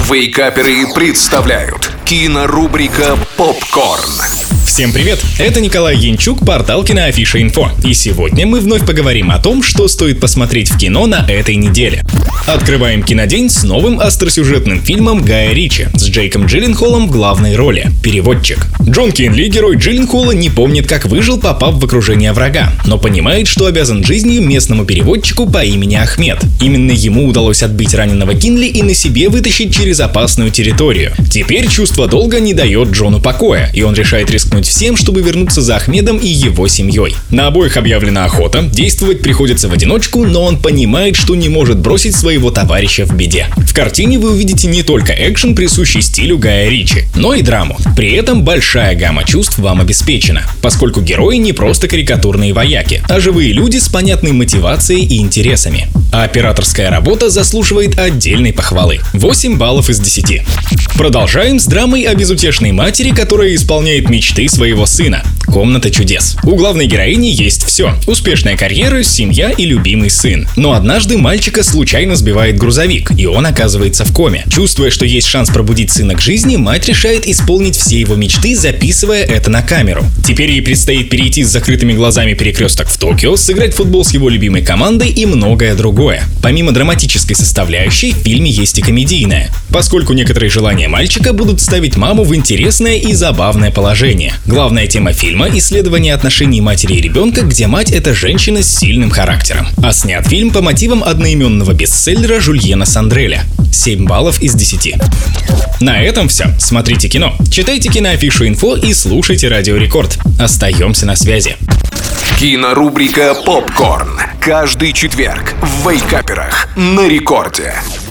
Вейкаперы представляют кинорубрика «Попкорн». Всем привет! Это Николай Янчук, портал Киноафиша.Инфо. И сегодня мы вновь поговорим о том, что стоит посмотреть в кино на этой неделе. Открываем кинодень с новым остросюжетным фильмом Гая Ричи с Джейком Джилленхолом в главной роли – «Переводчик». Джон Кинли, герой Джилленхола, не помнит, как выжил, попав в окружение врага, но понимает, что обязан жизнью местному переводчику по имени Ахмед. Именно ему удалось отбить раненого Кинли и на себе вытащить через опасную территорию. Теперь чувство долга не дает Джону покоя, и он решает рискнуть всем, чтобы вернуться за Ахмедом и его семьей. На обоих объявлена охота, действовать приходится в одиночку, но он понимает, что не может бросить своего товарища в беде. В картине вы увидите не только экшен, присущий стилю Гая Ричи, но и драму. При этом большая гамма чувств вам обеспечена, поскольку герои не просто карикатурные вояки, а живые люди с понятной мотивацией и интересами. А операторская работа заслуживает отдельной похвалы. 8 баллов из 10. Продолжаем с драмой о безутешной матери, которая исполняет мечты своего сына. «Комната чудес». У главной героини есть все: успешная карьера, семья и любимый сын. Но однажды мальчика случайно сбивает грузовик, и он оказывается в коме. Чувствуя, что есть шанс пробудить сына к жизни, мать решает исполнить все его мечты, записывая это на камеру. Теперь ей предстоит перейти с закрытыми глазами перекресток в Токио, сыграть в футбол с его любимой командой и многое другое. Помимо драматической составляющей, в фильме есть и комедийная, поскольку некоторые желания мальчика будут ставить маму в интересное и забавное положение. Главная тема фильма – исследование отношений матери и ребенка, где мать – это женщина с сильным характером. А снят фильм по мотивам одноименного бестселлера Жюльена Сандреля. 7 баллов из 10. На этом все. Смотрите кино, читайте Киноафишу.Инфо и слушайте Радио Рекорд. Остаемся на связи. Кинорубрика «Попкорн». Каждый четверг в Вейкаперах на Рекорде.